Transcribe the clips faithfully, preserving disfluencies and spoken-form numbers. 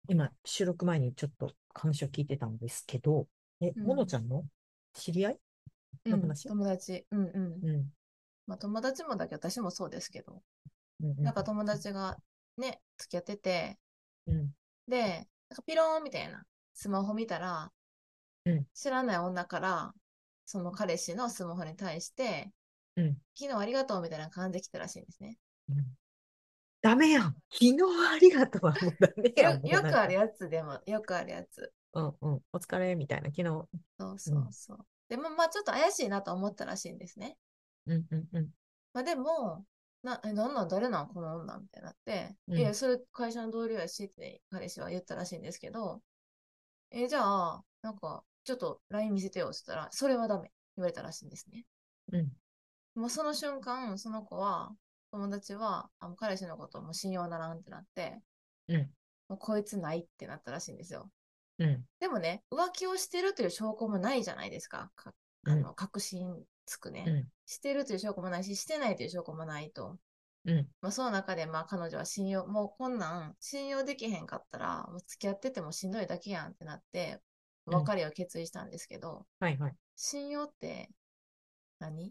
今、収録前にちょっと話を聞いてたんですけど、え、 うん。 モノちゃんの知り合いうん。 の話？ 友達。うんうん。 うん、 まあ友達もだけど私もそうですけど。 うん、うん、 なんか友達がね、付き合ってて、 うん、 で、なんかピローンみたいなスマホ見たら、 うん、 知らない女から、その彼氏のスマホに対して、 うん。 昨日ありがとうみたいな感じで来たらしいんですね。 うん。ダメやん。昨日ありがとうはもうダメやよ、 ん。もうなんか、 よくあるやつでも、よくあるやつ。 うん、うん、お疲れ、みたいな。昨日、 そうそうん、 うそう。でもまあちょっと怪しいなと思ったらしいんですね。 うん、うん、うん、 まあでも、な、え、なんなん誰なんこの女みたいになって、いや、 うん、 それ会社の同僚やしって彼氏は言ったらしいんですけど、え、じゃあ、なんか、ちょっと ライン 見せてよって言ったら、それはダメ言われたらしいんですね。 うん、 もうその瞬間、その子は、友達は、あの彼氏のことをもう信用ならんってなって、 うん、 もうこいつないってなったらしいんですよ。 うん、 でもね、浮気をしてるという証拠もないじゃないですか。かうん、 あの、確信つくね。 うん、 してるという証拠もないし、してないという証拠もないと。 うん、 まあ、その中で、まあ、彼女は信用、もうこんなん信用できへんかったら、もう付き合っててもしんどいだけやんってなって、 うん。 別れを決意したんですけど、 はいはい。 信用って何？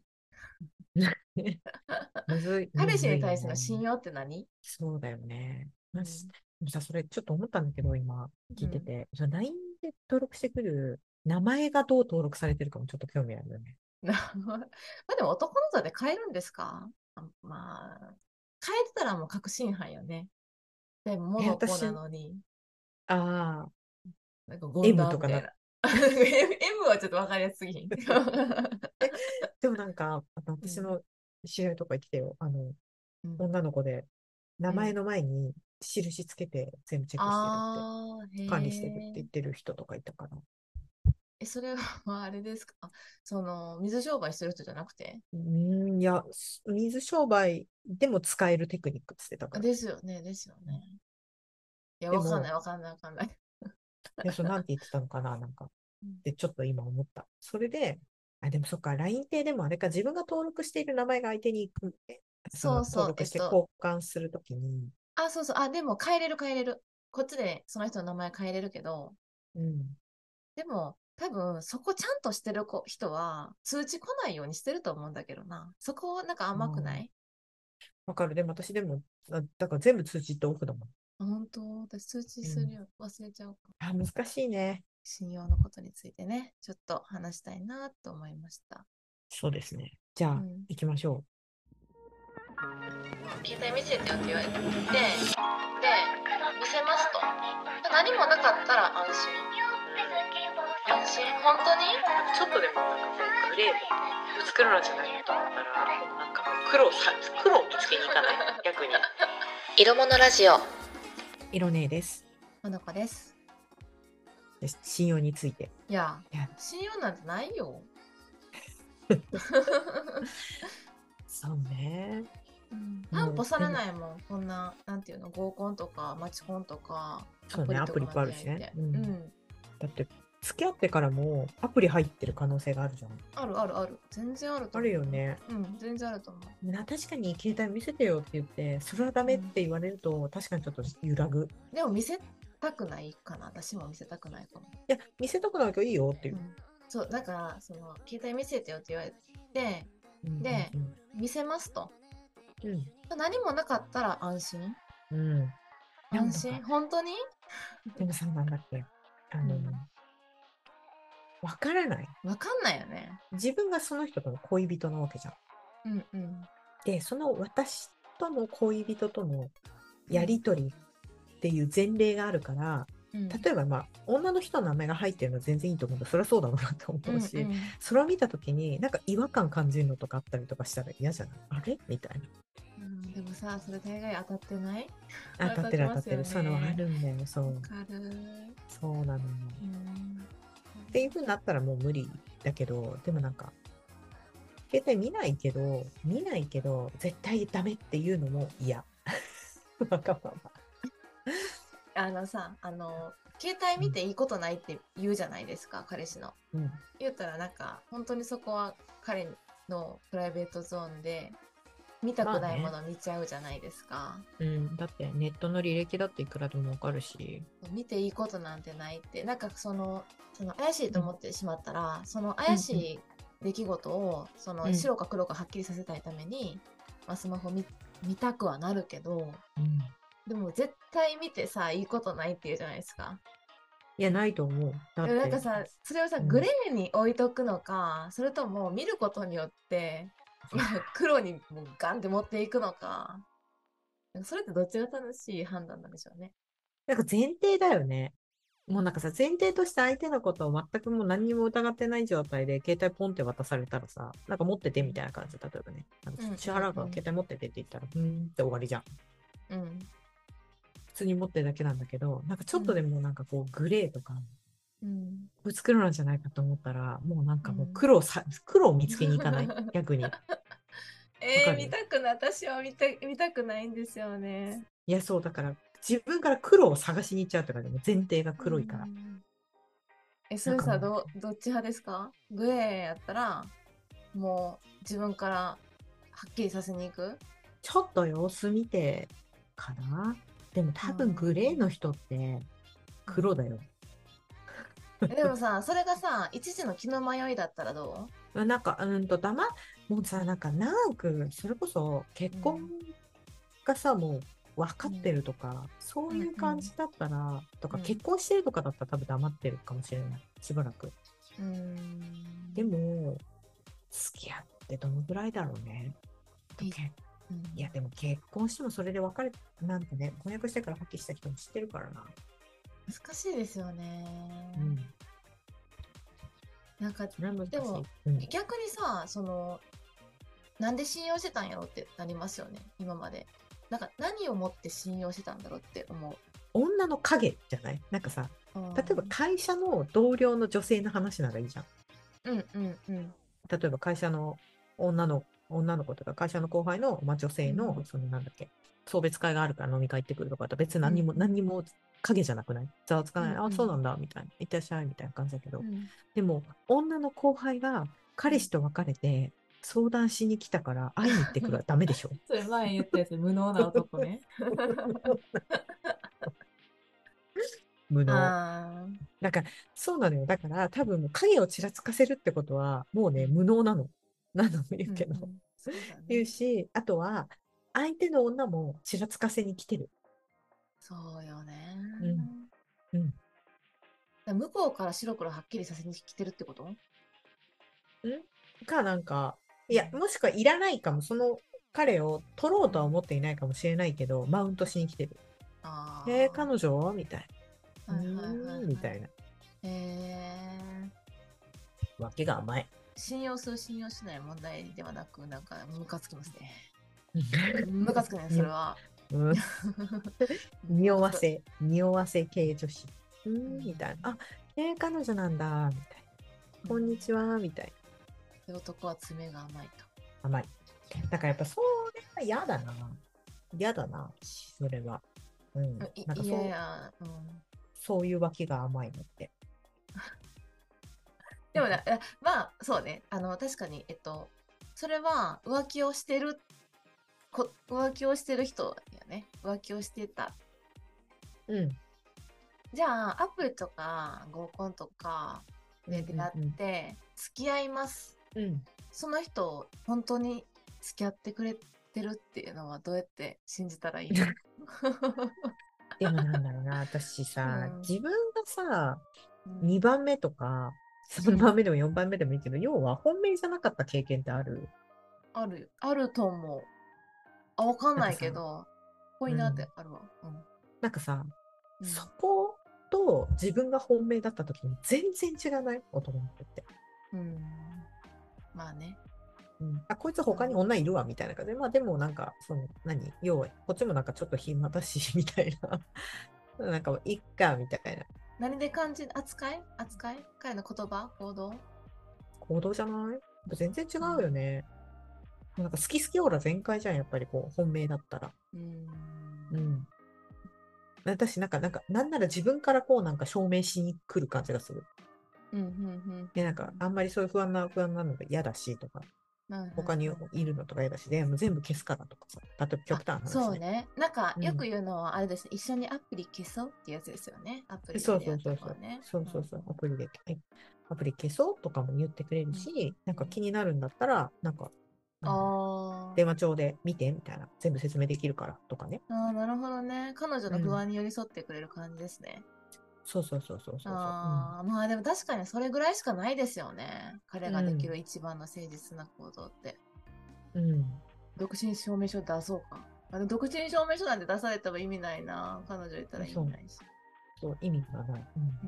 むずい、む彼氏ずいよに対しての信ね。 用って何？ そうだよね。まあしうん。 でもさ、それちょっと思ったんだけど、今うん。 聞いてて、その ライン で登録してくる名前がどう登録されてるかもちょっと興味あるよね。 なまあでも男の人で変えるんですか？あまあ、変えてたらもう確信犯よね。でも、モえ、 ノコな私、 のに、 ああ、 なんかゴン M とかな、 ダーみたいな。M はちょっと分かりやすすぎひん。 え、でもなんか、あのうん。 私の知り合いとか言ってたよ。あの、 うん。 女の子で、名うん。 前の前に印つけて全部チェックしてるって、 ああ、へ管理してるって言っえ。 てる人とかいたから。 え、それは、まあ、あれですか。その、水商売してる人じゃなくて。 うーん、いや、水商売でも使えるテクニックって言ってたかあら。 ですよね、ですようん。 ね。いや、 でも、 わかんない、わかんない、わかんない。 で、そのなんて言ってたのかな、なんか。 うん。 で、ちょっと今思った。それで、あ、でもそっか、ライン ってでもあれか、自分が登録している名前が相手に行く、えそのそうそう、 登録してえっと、 交換するときに、 あ、そうそう、あ、でも変えれる、変えれる。こっちでその人の名前変えれるけど、 うん、 でも、多分、そこちゃんとしてる子人は、通知来ないようにしてると思うんだけどな。そこ、なんか甘くなうん、 い？ わかる。でも私でも、あだから全部通知ってオフだもん。 あ本当？私通知うん。 するよ。忘れちゃうか。 あ、難しいね。 信用のことについてね、ちょっと話したいなと思いました。 そうですね。じゃあ、 うん。 行きましょ携帯見せてよって言われて、で、見せますと。何もなかったら安心。安心本当に？ う。ちょっとでもなんかこうグレーでぶつかるのじゃないと思ったら、もうなんか黒さ、黒を見つけに行かない。逆に。 色物ラジオ。 色ねえです。 ほのこです。 で信用について。 いや、 いや、 信用なんてないよ。 そうね。 うん、担もう、 保さでも、 れないもん。こんな、なんていうの、合コンとか、マチコンとか、アそうね、 プリアプリいっとかまでぱいあるしね。 焼いて。 うん。 うん。 だって、付き合ってからもアプリ入ってる可能性があるじゃん。 あるあるある。全然あるとあ思るよね。 う。うん、全然あると思う。 な、確かに携帯見せてよって言って、それはダメってうん。 言われると、確かにちょっと揺らぐ。 でも見せたくないかな。私も見せたくないかも。 いや、見せとくなきゃいいよっていう。 うん。そう、だから、その、携帯見せてよって言われて、 うんで、 うん見せますと。 うん。 何もなかったら安心。 うん。うん。でも安心。 なんか、 本当に？ でもさ、なんだっけ。あの、 うん。 わからない。 わかんないよね。 自分がその人との恋人なわけじゃん。 うんうんで、その私との恋人とのやうんりとりっていう前例があるから、 うん例えばまあ、女の人の名前が入ってるのは全然いいと思うんだ。そりゃそうだろうなとう思うし、 んうん。 それを見たときに、なんか違和感感じるのとかあったりとかしたら嫌じゃない？あれみたいな。 うん、でもさ、それ大概当たってない？ 当たっ当たってますよてる当たってる。そういうのはあね。 るんだよ。そう。 わかる。 そうなのよ。 うん。 っていう風になったらもう無理だけど、でもなんか、携帯見ないけど、見ないけど、絶対ダメっていうのも嫌。わがまま。 あのさ、あの、携帯見ていいことないって言うじゃないですか、彼氏の。 うん。 言ったらなんか、本当にそこは彼のプライベートゾーンで、 見たくないもまあね。 の見ちゃうじゃないですか。 うん。だってネットの履歴だっていくらでもわかるし。 見ていいことなんてないって、なんかその、その怪しいとうん。 思ってしまったら、そのうん。うん。 怪しい出来事を、そのうん。 白か黒かはっきりさせたいために、まあ、スマホ見、見たくはなるけど、 うん。 でも絶対見てさ、いいことないっていうじゃないですか。 いや、ないと思う。だって、 でもなんかさ、それをさ、 うん。 グレーに置いとくのか、それとも見ることによって、 いやまあ、黒にもうガンって持っていくのか、それってどっちが正しい判断なんでしょうね。 なんか前提だよね。もうなんかさ、前提として相手のことを全くもう何にも疑ってない状態で、携帯ポンって渡されたらさ、なんか持っててみたいな感じで、例えばね、なんかうん支払うからうん携帯持っててって言ったら、うーんって終わりじゃん。 うん。うん普通に持ってるだけなんだけど、なんかちょっとでうんもなんかこう、グレーとか、 うんぶつ黒なんじゃないかと思ったら、もうなんかもううん。 黒をさ、黒を見つけに行かない逆に。わえー、見かる？ たくない。私は見た、見たくないんですよね。 いや、そう、だから、自分から黒を探しに行っちゃうとかでも前提がう黒いから。 ん。え、それさ、 なんかもう、 ど、どっち派ですか？グレーやったら、もう自分からはっきりさせに行く？ ちょっと様子見てかな。でもう多分グレーん。 の人ってうん。 黒だよ。 え、でもさ、それがさ、一時の気の迷いだったらどなんか、うんと、だま、もうさ、なんか長く、それこそ結婚う？うん。 がさ、もう分かってうん。 るとか、そうん。 ういううん。 感じだったら、とか、 うん。 結婚してるとかだったら多分黙ってるかもしれない。しばらく。 うーん。 でも、付き合ってどのぐらいだろうね。とえ、 けうん。 いや、でも結婚してもそれで別れ、なんてね、婚約してから破棄した人も知ってるからな。 難しいですようん。 ね。なんか、 それは難しい。 でも、 うん。 逆にさ、その、なんで信用してたんやろってなりますよね、今まで。なんか、何をもって信用してたんだろうって思う。 女の影じゃない？なんかさ、 う例えばん。 会社の同僚の女性の話ならいいじゃん。 うんうんうん。 例えば会社の女の、女の子とか会社の後輩の、まあ、女性の、 うんそのなんだっけ、送別会があるから飲み会行ってくるとかだと別にうん何にも、何にも影じゃなくない？ざわつかない。あ、 うんうんそうなんだ、みたいな。いってらっしゃい、みたいな感じだけど。 うんでも、女の後輩が彼氏と別れて相談しに来たから会いに行ってくるはダメでしょ？ それ前言ったやつ、無能な男ね。 無能。 ああ。 だから、そうなのよ。だから、多分もう影をちらつかせるってことは、もうね、無うん能なの。何度も言うけど。 うんうん。そうだ言うね。 し、あとは、相手の女もちらつかせに来てる。 そうよね。 うん。うん。 だ向こうから白黒はっきりさせに来てるってこと？ んか、なんか、いや、 うん。 もしくはいらないかも。その彼を取ろうとはうん。 思っていないかもしれないけど、マウントしに来てる。えー、 あ彼女みたいあ。 な。うはいはいはいーん、みはい。 たいな。 へえ。 わけが甘い。 信用する信用しない問題ではなく、なんかムカつきますね。 うん。 ムカつくね、それは。 うん。匂ムカつく。 わせ、匂わせ系女子。ううーん、みたいな。 ん。 あ、えー、彼女なんだ、みたいな。 うん。 こんにちは、みたいで、男は爪が甘いと。 な。甘い。だからやっぱそれは嫌だな。嫌だな、それは。うん。 い、いやいなんかそう、 や、うん。 そういう脇が甘いのって。 でもね、えまあ、そうね。あの、確かに、えっと、それは浮気をしてる、こ、浮気をしてる人やね。浮気をしてた。 うん。 じゃあ、アプリとか合コンとかうんで出会っうんて付き合います。 うん。うん。 その人、本当に付き合ってくれてるっていうのはどうやって信じたらいいの？ でもなんだろうな、私うさ、 ん。 自分がさ、 うんにばんめとか、3番うん。 目でもよんばんめでもいいけど、要は本命じゃなかった経験ってある？ ある、あると思う。あ、わかんないけなんかさ、 ど、ぽいなってうん。 あるわ。うん。 なんかさ、そうん。 こと、自分が本命だった時に全然違わない？男の子って。 うん。まあね。 うん、あ、こいつうん。 他に女いるわ、みたいな感じで。まあでもなんか、その、何要は、こっちもなんかちょっと暇だし、みたいな。なんか、いっか、みたいな。 何で感じ、扱い扱い彼の言葉行動？ 行動じゃない？全然違うん。 うよね。なんか好き好きオーラ全開じゃん、やっぱりこう、本命だったら。 ううん。 ん。私、なんか、なんか、なんなら自分からこう、なんか証明しに来る感じがする。 うん。うん。うん。うで、なんか、 ん。 あんまりそういう不安な、不安なのが嫌だし、とか。 うんうん他にうんいるのとか嫌だし、でもう全部消すからとかさ、例えば極あ、 端な話ね。 そうね。なんか、 うん。 よく言うのは、あれですね。一緒にアプリ消そうってやつですよね。アプリでそう出会ったそうそうそう。 子はね。 そううんそうそう。アプリで、えアプリ消そうとかも言ってくれるうんし、なんかうん気になるんだったら、なんか、あのあ電話帳で見てみたいな、全部説明できるからとかね。 ーあー、なるほどね。彼女の不うん。 安に寄り添ってくれる感じですね。 そうそうそうそうそうそう。うん。 ああ、まあでも確かにそれぐらいしかないですよね。彼ができるうん。 一番の誠実な行動って。 うん。 独身証明書出そうか。あの独身証明書なんて出されても意味ないな。彼女いたら意そう。 味ないし。 そう、意味がない。うん。 うん。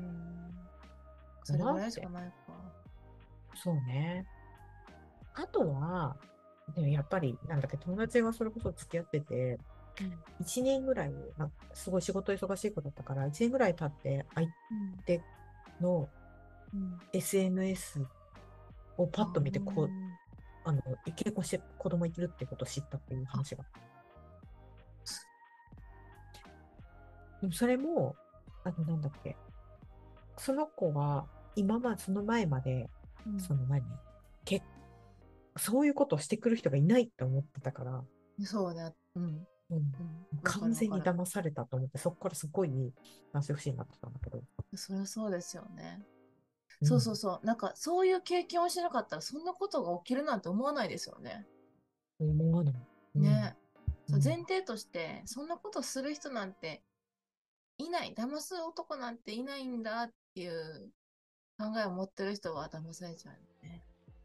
かそれぐらいしかなって。 ないか。 そうね。あとは、でもやっぱり、なんだっけ、友達がそれこそ付き合ってて、 うん。 いちねんぐらい、まあ、すごい仕事忙しい子だったから、いちねんぐらい経って、相うん。 手のうん。 エスエヌエス をパあッと見て、こう、 ーあの、結婚して子供いるってことを知ったっていうあ、 話が。でもそれも、あの、なんだっけ、その子は、今まで、その前まで、 うん。 その何、け、そういうことをしてくる人がいないって思ってたから、 そうね。うん。 うん、 うん。わか完るわかる。 全に騙されたと思って、そこからすごい男性不信になってたんだけど、 そりゃそうですよね。 うん、 そうそうそう。なんか、そういう経験をしなかったら、そんなことが起きるなんて思わないですよね。 思わない。うん、 ね。そう、 うん、 前提として、そんなことする人なんていない。騙す男なんていないんだっていう考えを持ってる人は騙されちゃうよね。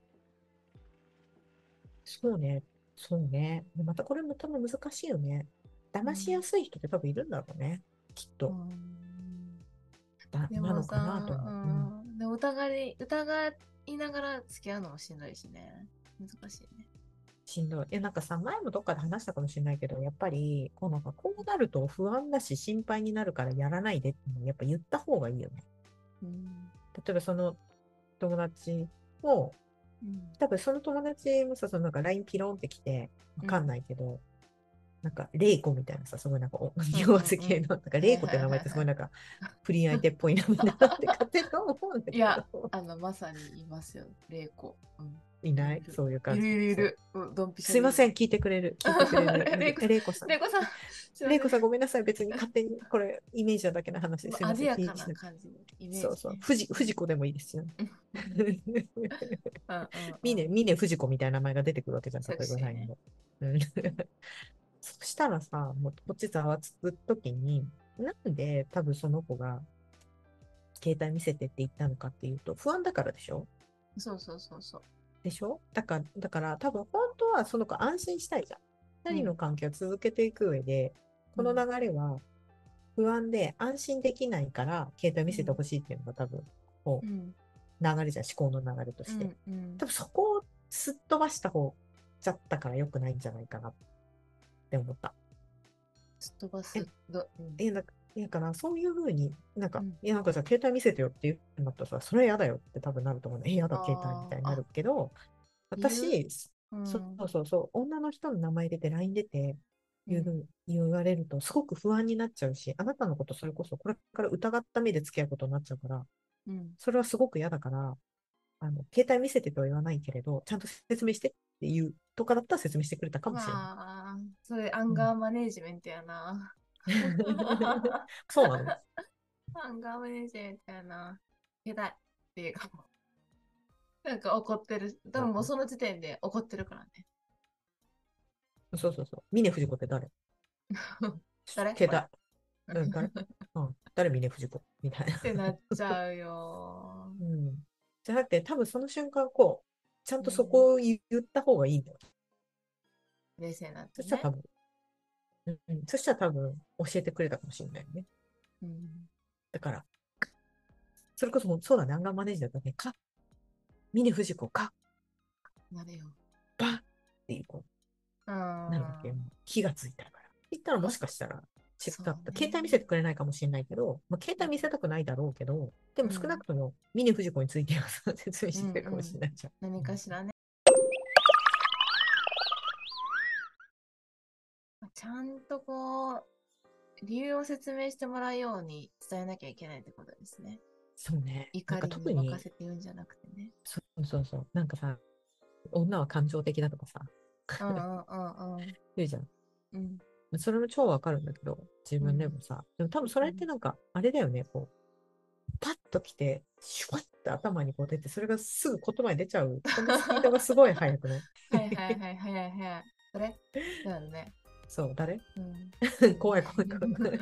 そうね、そうね。でまたこれも多分難しいよね。騙しやうん。 すい人って多分いるんだろうね。きっうと。 ん。 だ、 でもなのかなとさ、 思う。うん。 うん。で、疑い、疑いながら付き合うのもしんどいしね。難しいね。 しんどい。いや、なんかさ、前もどっかで話したかもしれないけど、やっぱり、こうなんかこうなると不安だし心配になるからやらないでっていうのをやっぱ言った方がいいよね。 うん。 例えばその友達も、 うん。 多分その友達もさ、そのなんか ライン ピロンってきて、わかんうん。 ないけど、なんか、レイコみたいなさ、すごいなんかお、 うん匂わうんうん。 せ系の、なんか、レイはいはいコって名前っはいはい。 てすごいなんか、不倫相手っぽい名前だなって勝手に思うんだいや、 けど、 あの、まさにいますよ。玲子。うん。 いない、 いるいる。 そういう感じ。 いるいるいそう。 る。うん、ドンピシャでいる。 すいません、聞いてくれる、聞いてくれる。なんか、 玲子さん、 レイコさん。 玲子さん、すいません。 レイコさん、ごめんなさい。別に勝手に、これ、イメージなだけの話ですいません。 あでやか気にしなくて。 な感じのイメーそうそう。 ジね。 藤、 うん。 藤子でもいいですよ。 うんうんうんうミネ、 ん。 ミネ藤子みたいな名前が出てくるわけじゃん、 セク例えばシーラインね。 で。うん。 うん。 そしたらさ、もうこっちざわつくときに、なんで多分その子が携帯見せてって言ったのかっていうと、不安だからでしょそうそうそうそう。 でしょだから、だから多分本当はその子安心したいじゃん。二人のうん。 関係を続けていく上で、このうん。 流れは不安で安心できないから携帯見せてうん。 ほしいっていうのが多分、こうん。 う、流れじゃん、思考の流れとして。 うん。うん。 多分そこをすっ飛ばした方ちゃったから良くないんじゃないかなって思った。 すっ飛ばえ、 す。ど、うん。 え、なんか、いやから、そういうふうに、なんか、 うん。 いや、なんかさ、携帯見せてよって言うんだったらさ、それ嫌だよって多分なると思うの。え、嫌だ、携帯みああ、 たいになあ、 るけど、 言う私、 うそん。 うそうそう、女の人の名前出て ライン 出て言うふううん。 に言われると、すごく不安になっちゃうし、あなたのことそれこそこれから疑った目で付き合うことになっちゃうから、 うん。 それはすごく嫌だから、あの、携帯見せてとは言わないけれど、ちゃんと説明してっていうとかだったら説明してくれたかもしれない。 まあ、それアンうん。 ガーマネージメントやな。 そうなの。 アンガーマネージメントやな。けだいっていうかも。なんか怒ってる。多分もうその時点で怒ってるからね。 そうそうそう。峰不二子って誰？携帯。 誰これ。っうん、誰？うん、誰？峰不二子みたいな。 てなっちゃうよ。 うん。じゃなくて、多分その瞬間、こう、ちゃんとそうん。 こを言った方がいいんだよ。 冷静になってね。 そしたら多分、うんうん、そしたら多分教えてくれたかもしれないよね。 うん。 だから、それこそ、そうだね、アンガーマネージャーだったね、か、峰不二子か、 なるよ。 ばっていう、こうう、なるわけよ。 ん。 気がついたから。言ったらもあ、そしかしたら違っそうた。携帯見せね。 てくれないかもしれないけど、まあ、携帯見せたくないだろうけど、でも少なうん。 くとも、峰不二子についてはさ説明うんうしてくれるかもしれん。 ないじゃん。 何うん、 かしらね。ちゃんとこう、理由を説明してもらうように伝えなきゃいけないってことですね。 そうね。なんか怒りに特に、 任せて言うんじゃなくてね。 そうそうそう。なんかさ、 女は感情的だとかさ、 うんうんうんうん。 言うじゃん。 うんそれも超わかるんだけど、自うん分でもさ、でも多分それってなんか、あれだよね、こう、パッと来て、シュワッて頭にこう出て、それがすぐ言葉に出ちゃう。このスピードがすごい速くない？ はいはいはいはいはいはい。それだよね。 そう、誰？ うん。 怖い怖い怖い怖い。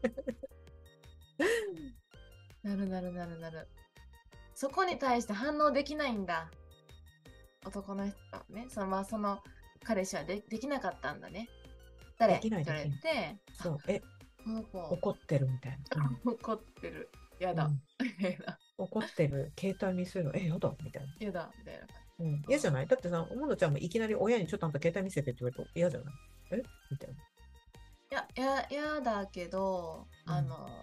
なるなるなるなる。そこに対して反応できないんだ。男の人はね。そのまあその彼氏はでできなかったんだね。誰でって言われきないできない。 て、 そう、え、 この子怒ってるみたいな。 怒ってる。やだ。 うん。 やだ。 怒ってる、携帯見せるの、え、やだみたいな。 やだ。みたいな感うん。 じ。 嫌じゃない？だってさ、ものちゃんもいきなり親にちょっとあんた携帯見せてって言われると嫌じゃない？えみたいな。 いや、や、やだけど、 うん。 あの、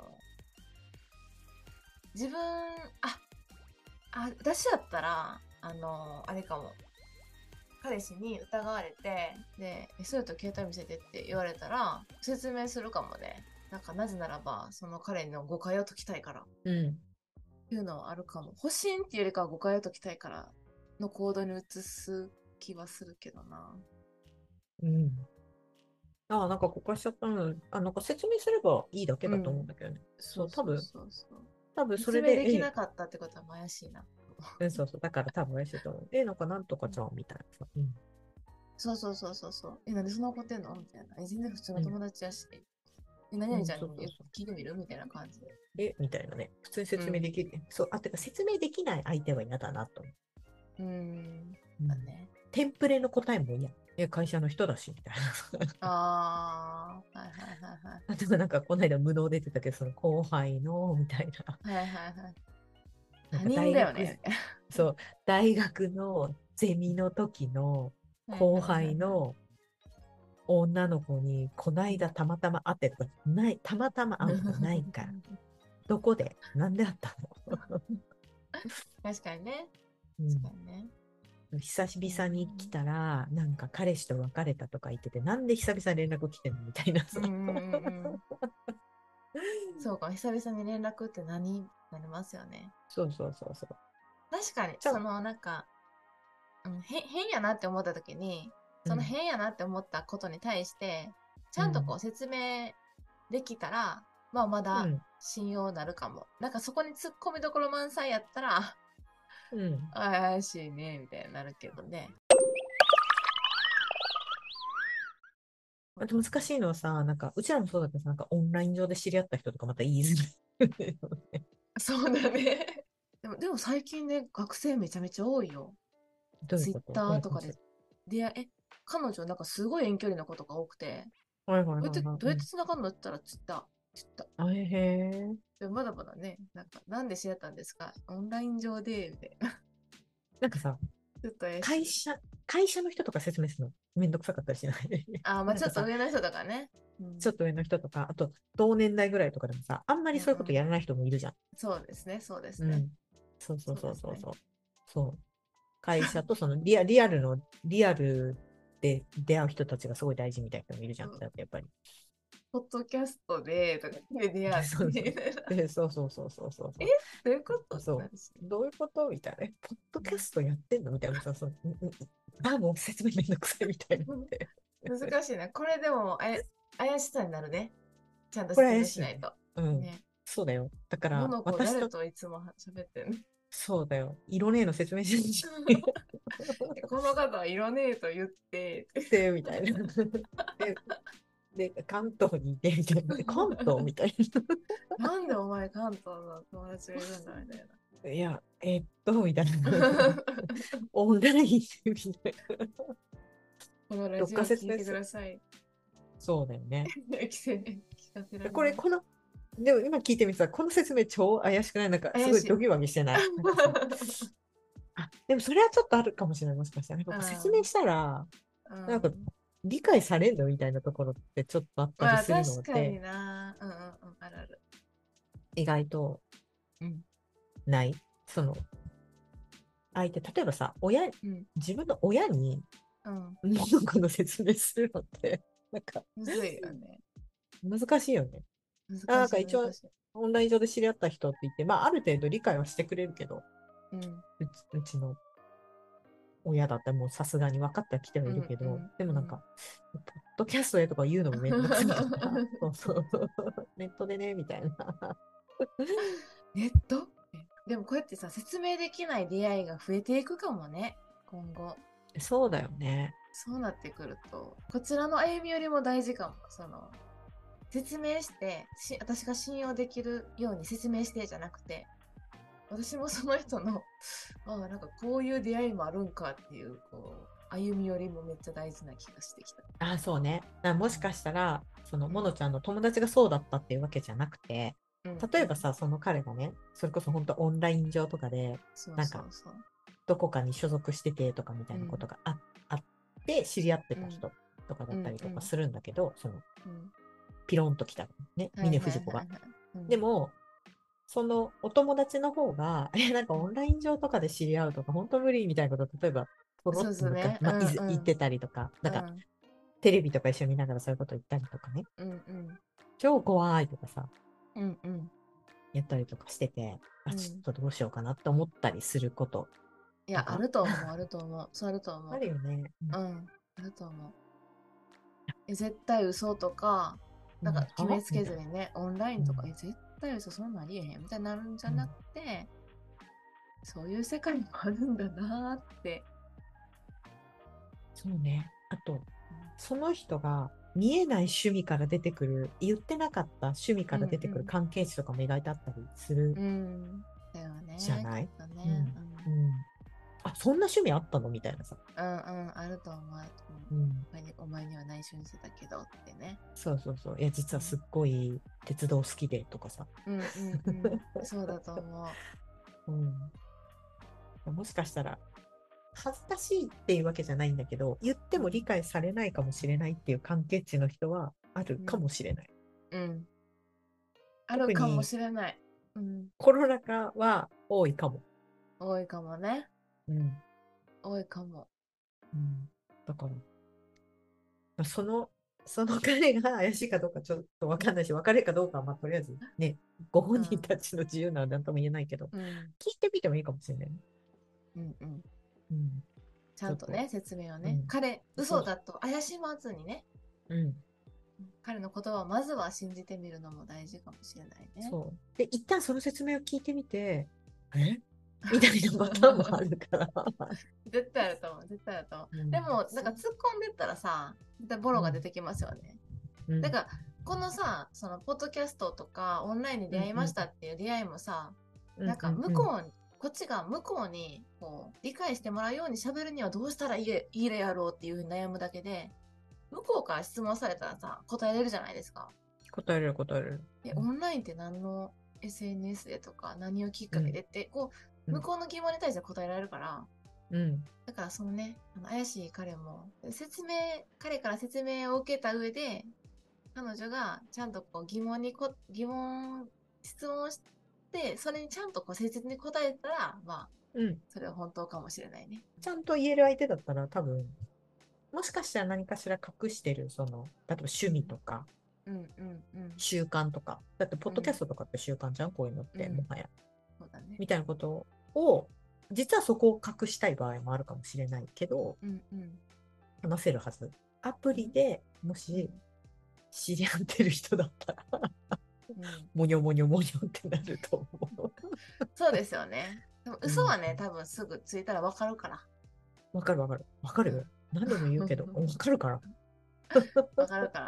自分、あ、あ、私だったら、あの、あれかも。彼氏に疑われて、で、えそういうと携帯見せてって言われたら、説明するかもね。なんか、なぜならば、その彼の誤解を解きたいから。っうん。 ていうのはあるかも。保身っていうよりかは誤解を解きたいからの行動に移す気はするけどな。 うん。ああ、なんか誤解しちゃったの。あ、なんか説明すればいいだけだと思うんうん。 だけどね。そう、多そうそう分、 そうそう。 多分それで、 説明できえ、 なかったってことは怪しいな。 うん、そうそう。だから多分怪しいと思う。え、なんかなんとかちゃんみたいなさ。うん。 そうそうそうそうそう。え、なんでそんな怒ってんのみたいな。え、全然普通のうん。 友達やし。え、何うん、 々ちゃんにえそうそうそう。 聞いてみるみたいな感じで。 え、みたいなね。普通に説明うん。 できる。そう、あ、てか説明できない相手は嫌だなと思うーん。 う。うん。 だね。 テンプレの答えも嫌。え、会社の人だし、みたいな。 ああ、はいはいはいはい。 あとなんか、この間無能出てたけど、その後輩の、みたいな。 はいはいはい。 なんか他人大学、 だよね。 そう、大学のゼミの時の後はいはいはいはい。 輩の女の子に、こないだたまたま会ってとか、ない、たまたま会うとかないから、どこでなんで会ったの？ 確かにね。 うん。 確かにね。 久う 々に来ん。 たら、なんか彼氏と別れたとか言ってて、なんで久々に連絡来てんのみたいなさ。 うんうんうんうん。そうか、久々に連絡って何になりますよね。 そうそうそうそう。 確かに、 じゃあ、 そのなんか、うん、へ変やなって思った時に、そのうん、 変やなって思ったことに対して、ちゃんとこうん、 う説明できたら、まあまだうん、 信用なるかも。なんかそこに突っ込みどころ満載やったら、 うん。 あ怪しいね、みたいになるけどね。 あと難しいのはさ、なんか、うちらもそうだけどさ、なんかオンライン上で知り合った人とかまた言いづらいよね。 そうだね。でも、でも最近ね、学生めちゃめちゃ多いよ。ツイッどういうこと？どういう感じ？ ターとかで出会え、彼女なんかすごい遠距離のことが多くて、 はいはいどうやって、 はいはい。 どうやってうん。 繋がるのって言ったらツイッター。ツイッター。 あへへ。 でもまだまだね、なんか、なんで知り合ったんですかオンライン上で、みたいな。 なんかさ、 ちょっと怪しい。 会社、会社の人とか説明するのめんどくさかったりしない？ あー、まあちょっとなんかさ、 上の人とかね。うん。 ちょっと上の人とか、あと同年代ぐらいとかでもさ、あんまりそういうことうんうん。 やらない人もいるじゃん。 そうですね、そうですね。 うん。そうそうそうですね。 そうそうそう。そう。会社とそのリア、リアルの、リアルで出会う人たちがすごい大事みたいな人もいるじゃん。 うん、 だってやっぱり。 ポッドキャストで、とかで出会で、 って、 そうそう。 みたいな。 で、そうそうそうそうそうえそどういうことう。そう。 ってなるし。 どういうことみたいな。え、ポッドうんキャストやってんのみたいなさ、そう、んんあ、もう説明めんどくさいみたいになって。 難しいな。これでも、あや、怪しさになるね。ちゃんとこれ説怪しいね。 明しないと。 うん。 ね。 そうだよ。だから、 この子私と、 誰といつも喋ってんの？ そうだよ。色ねえの説明しこの方はいらねえと言って、 て、みたいな。で、で、関東にいて、みたいな。関東みたいなんでお前関東の友達がいるんだみたいな。いや、えっと、みたいな。 な。 オンラインで、みたいな。 このラどっかジオを聞いてく説明する。 ださい。 そうだよね。 規制聞かせられこれ、 ます。 この、でも今聞いてみてさ、この説明超怪しくない？なんか、す怪しい。 ごいドギマギしてない？なんかさ、あ、でもそれはちょっとあるかもしれない。もしかしたら。なんかうこう説明ん。 したら、 うなんか、 ん。 理解されんのみたいなところってちょっとあったりまあする確かにので、 な。うんうんうん。あるある。 意外とうん。 ない。その、相手、例えばさ、親、 うん。 自分の親にうん。 物事の説明するのって、なんか、 むずいよね。 難しいよね。あ、 難しいなんか一応、 難しい。 オンライン上で知り合った人って言って、まあ、ある程度理解はしてくれるけど、 うん。 うち、うちの親だったらもうさすがに分かってはきてはいるけど、 うんうんでもなんか、ポッドキャストでとか言うのもめんどくさいからそうそうネットでねみたいなネットえでもこうやってさ、説明できない出会いが増えていくかもね、今後。 そうだよね。 そうなってくると、こちらの歩み寄りも大事かも。その説明してし、私が信用できるように説明してじゃなくて、私もその人のああなんかこういう出会いもあるんかっていうこう歩み寄りもめっちゃ大事な気がしてきた。 あ、そうね。だからもしかしたら、その、 うんモノちゃんの友達がそうだったっていうわけじゃなくて、 うん例えばさ、その彼がね、それこそ本当オンライン上とかで、 そうなんか、 そうそう。 どこかに所属しててとかみたいなことがあ,、あって知り合ってた人とかだったりとかするんだけど、そのうんピロンと来たのね、 はいはい峰不二子が。 はいはいうんでも、そのお友達の方が、え、なんかオンライン上とかで知り合うとか、本当無理みたいなこと、例えば、ポロッそうと昔、 そうね。うまあ、いずんうん言ってたりとか、なんか、 うんテレビとか一緒に見ながらそういうこと言ったりとかね、 うんうん超怖いとかさ、 うんうんやったりとかしてて、あ、 うんちょっとどうしようかなって思ったりすることいや、あとか、 ると思う、あると思う。そうあると思あう。 るよね。 うん、あると思う。え、絶対嘘とか、 うん、うん、 なんか決めつみたいな。 けずにね、オンラインとか、 うんえ、絶対嘘そんなんありえへんみたいになるんじゃうんなくて、そういう世界もあるんだなーって。 そうね。あと、その人が見えない趣味から出てくる、言ってなかった趣味から出てくる関係値とかも描いてあったりするうん、うんだよね。 じゃない？ きっとね。 うん。うん。あ、そんな趣味あったのみたいなさ。 うん、うん、うんあると思う。 うん。 お前にお前には内緒にしてたけどってね。 そうそうそう。いや、実はすっごい鉄道好きでとかさ。 うんうんうん。そうだと思う。 うん。もしかしたら、恥ずかしいっていうわけじゃないんだけど、言っても理解されないかもしれないっていう関係値の人はあるかもしれない。 うん。ある特かもにしれない。うん。 コロナ禍は多いかも。 多いかもね。 うん。 多いかも。 うん、だから、その、その彼が怪しいかどうかちょっとわかんないし、別れるかどうかは、まあ、とりあえずね、ご本人たちの自由なので何とも言えないけど、 うん。 聞いてみてもいいかもしれないね。 うんうん。 うん。 ちゃんとね、説明をね。 うん彼、 そう嘘だと怪しまずにね。 うん。 彼の言葉をまずは信じてみるのも大事かもしれないね。 そう。で、一旦その説明を聞いてみて、えみたいなパターンもあるから。 絶対あると思う。絶対あると思う。 うんでも、なんか突っ込んでったらさ、絶対ボロが出てきますよね。 うんだから、このさ、そのポッドキャストとかオンラインで出会いましたっていう出会いもさ、なんか向こうに、こっちが向こうにこう理解してもらうように喋るにはどうしたらいいいいやろうっていうふうに悩むだけで、向こうから質問されたらさ、答えれるじゃないですか。 答えれる答えれる。 え、オンラインって何の エスエヌエス でとか何をきっかけでって、こう、向こうの疑問に対して答えられるから、 うん。 だからそのね、あの怪しい彼も、説明、彼から説明を受けた上で、彼女がちゃんとこう疑問にこ、疑問、質問して、それにちゃんとこう誠実に答えたら、まあ、 うん。 それは本当かもしれないね。 ちゃんと言える相手だったら多分、もしかしたら何かしら隠してる、その、例えば趣味とか、 うんうんうん。 習慣とか、だって、ポッドキャストとかって習慣じゃん、こういうのって、 うんもはや。 そうだね。 みたいなことを、実はそこを隠したい場合もあるかもしれないけど、 うんうん。 話せるはず。アプリでもし知り合ってる人だったら、 うん、 もにょもにょもにょってなると思う。 そうですよね。でも嘘はね、多分すぐついたらわかるから。 わかるわかる。わかるよ。何度も言うけど、わかるから。 わかるから。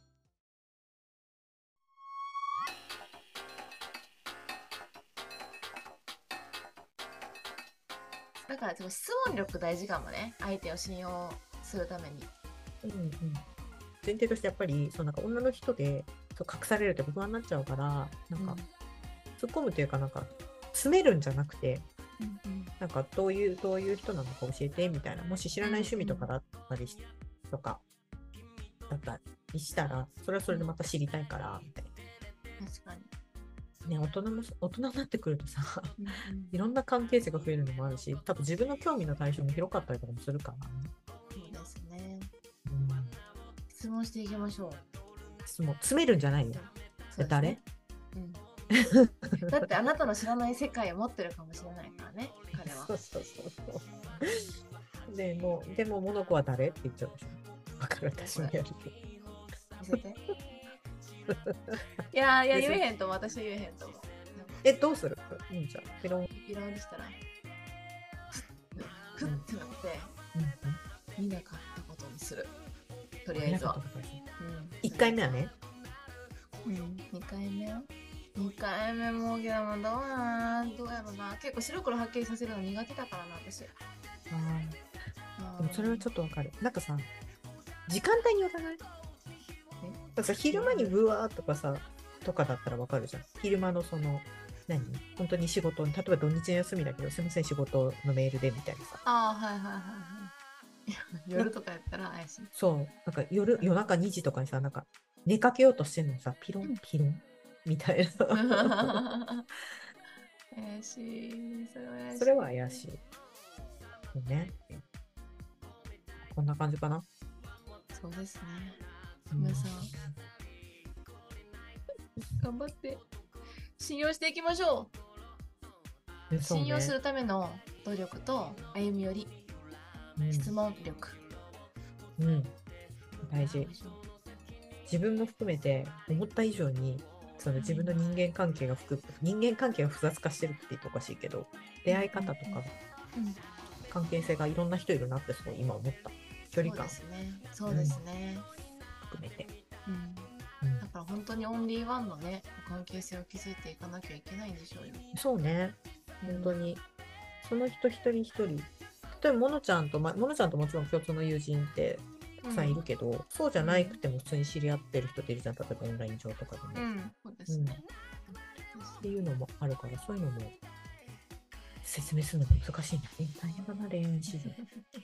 だからでも質問力大事かもね。相手を信用するために。 うんうん、前提としてやっぱりそうなんか女の人でそう隠されると不安になっちゃうからなんか、うん、突っ込むというかなんか詰めるんじゃなくて、うんうん、なんかどういうどういう人なのか教えてみたいなもし知らない趣味とかだったりし、うんうん、とかだったりしたらそれはそれでまた知りたいからみたいな。 確かに。 ね、大人も大人になってくるとさ、 うんうん、 いろんな関係性が増えるのもあるし多分自分の興味の対象も広かったりとかもするからね。 そうですね、 うん、 質問していきましょう。 質問詰めるんじゃないよ。で誰、 うん、だってあなたの知らない世界を持ってるかもしれないからね彼は。 そうそうそうそうでも、でも、モノコは誰って言っちゃうでしょ。わかる、私もやるけど。 見せて。いやいや、 別に言えへんと思う。私は言えへんと思う。 え、どうするいいんじゃん。ピロン。 ピロンにしたら、ふってなって、 うん見なかったことにする。とうん。 りあえずは。 いっかいめはね。 うん、にかいめはにかいめもけどもどうなどうやろな。結構白黒はっきりさせるの苦手だからな、私。 ああ。でもそれはちょっとわかる。なんかさ、時間帯によらない？だからさ、昼間にブワーとかさ、とかだったらわかるじゃん。昼間のその、何本当に仕事に、例えば土日の休みだけど、すみません、仕事のメールでみたいなさ。 ああ、はいはいはいはい。夜とかやったら怪しい。 そう。なんか夜、夜中にじとかにさ、なんか寝かけようとしてんのにさ、ピロン、ピロンみたいな。 怪しい。それは怪しい。 それは怪しい。そうね。こんな感じかな。 そうですね。皆さん、頑張って信用していきましょう。 うんそうね信用するための努力と歩み寄り、 うん質問力。 うん。大事。自分も含めて思った以上にその自分の人間関係が複人間関係が複雑化してるって言っておかしいけど、出会い方とかうん関係性がいろんな人いるなってすごい今思った。距離感そうですね。そうですね。 含めて。 うんうんだから本当にオンリーワンのね、関係性を築いていかなきゃいけないんでしょうよ。 そうね。本当にその人一人一人。例えばモノちゃんと、ま、モノちゃんともちろん共通の友人ってたくさんいるけど、うん、そうじゃなくても普通に知り合ってる人っているじゃん。例えばオンライン上とかでも。 うん、そうですね、 うん。っていうのもあるから、そういうのも説明するのが難しいんだね。大変だな、恋愛シーズン。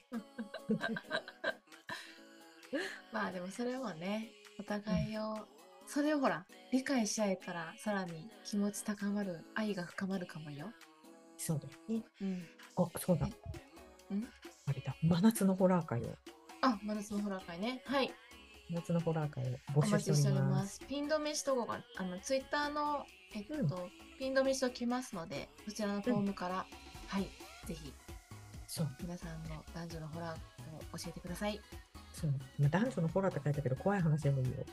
まあでもそれはね、お互いを、うん、それをほら、理解し合えたらさらに気持ち高まる、愛が深まるかもよ。 そうだよね。 うん。 あ、そうだ。 んあれだ。真夏のホラー会を。 あ、真夏のホラー会ね。はい。 真夏のホラー会を募集しております。お待ちしております。 ピン止めしとこうか。あの、ツイッターの、えっと、うん、ピン止めしときますので、こちらのフォームから、うん、はい、ぜひ、 そう。皆さんの男女のホラーを教えてください。 そう。まあ、男女のホラーって書いたけど、怖い話でもいいよ。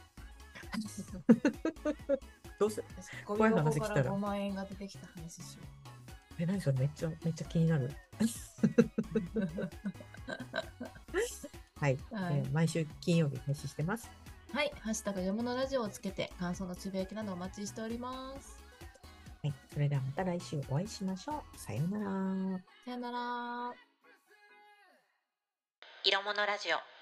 どうする？怖い話来たら。 ごまん円が出てきた話しよう。 え、何それめっちゃ、めっちゃ気になる。はい、はいえー。毎週金曜日配信してます。 はい。ハッシュタグよものラジオをつけて、感想のつぶやきなどお待ちしております。 はい。それではまた来週お会いしましょう。さようなら。 さようなら。 色物ラジオ。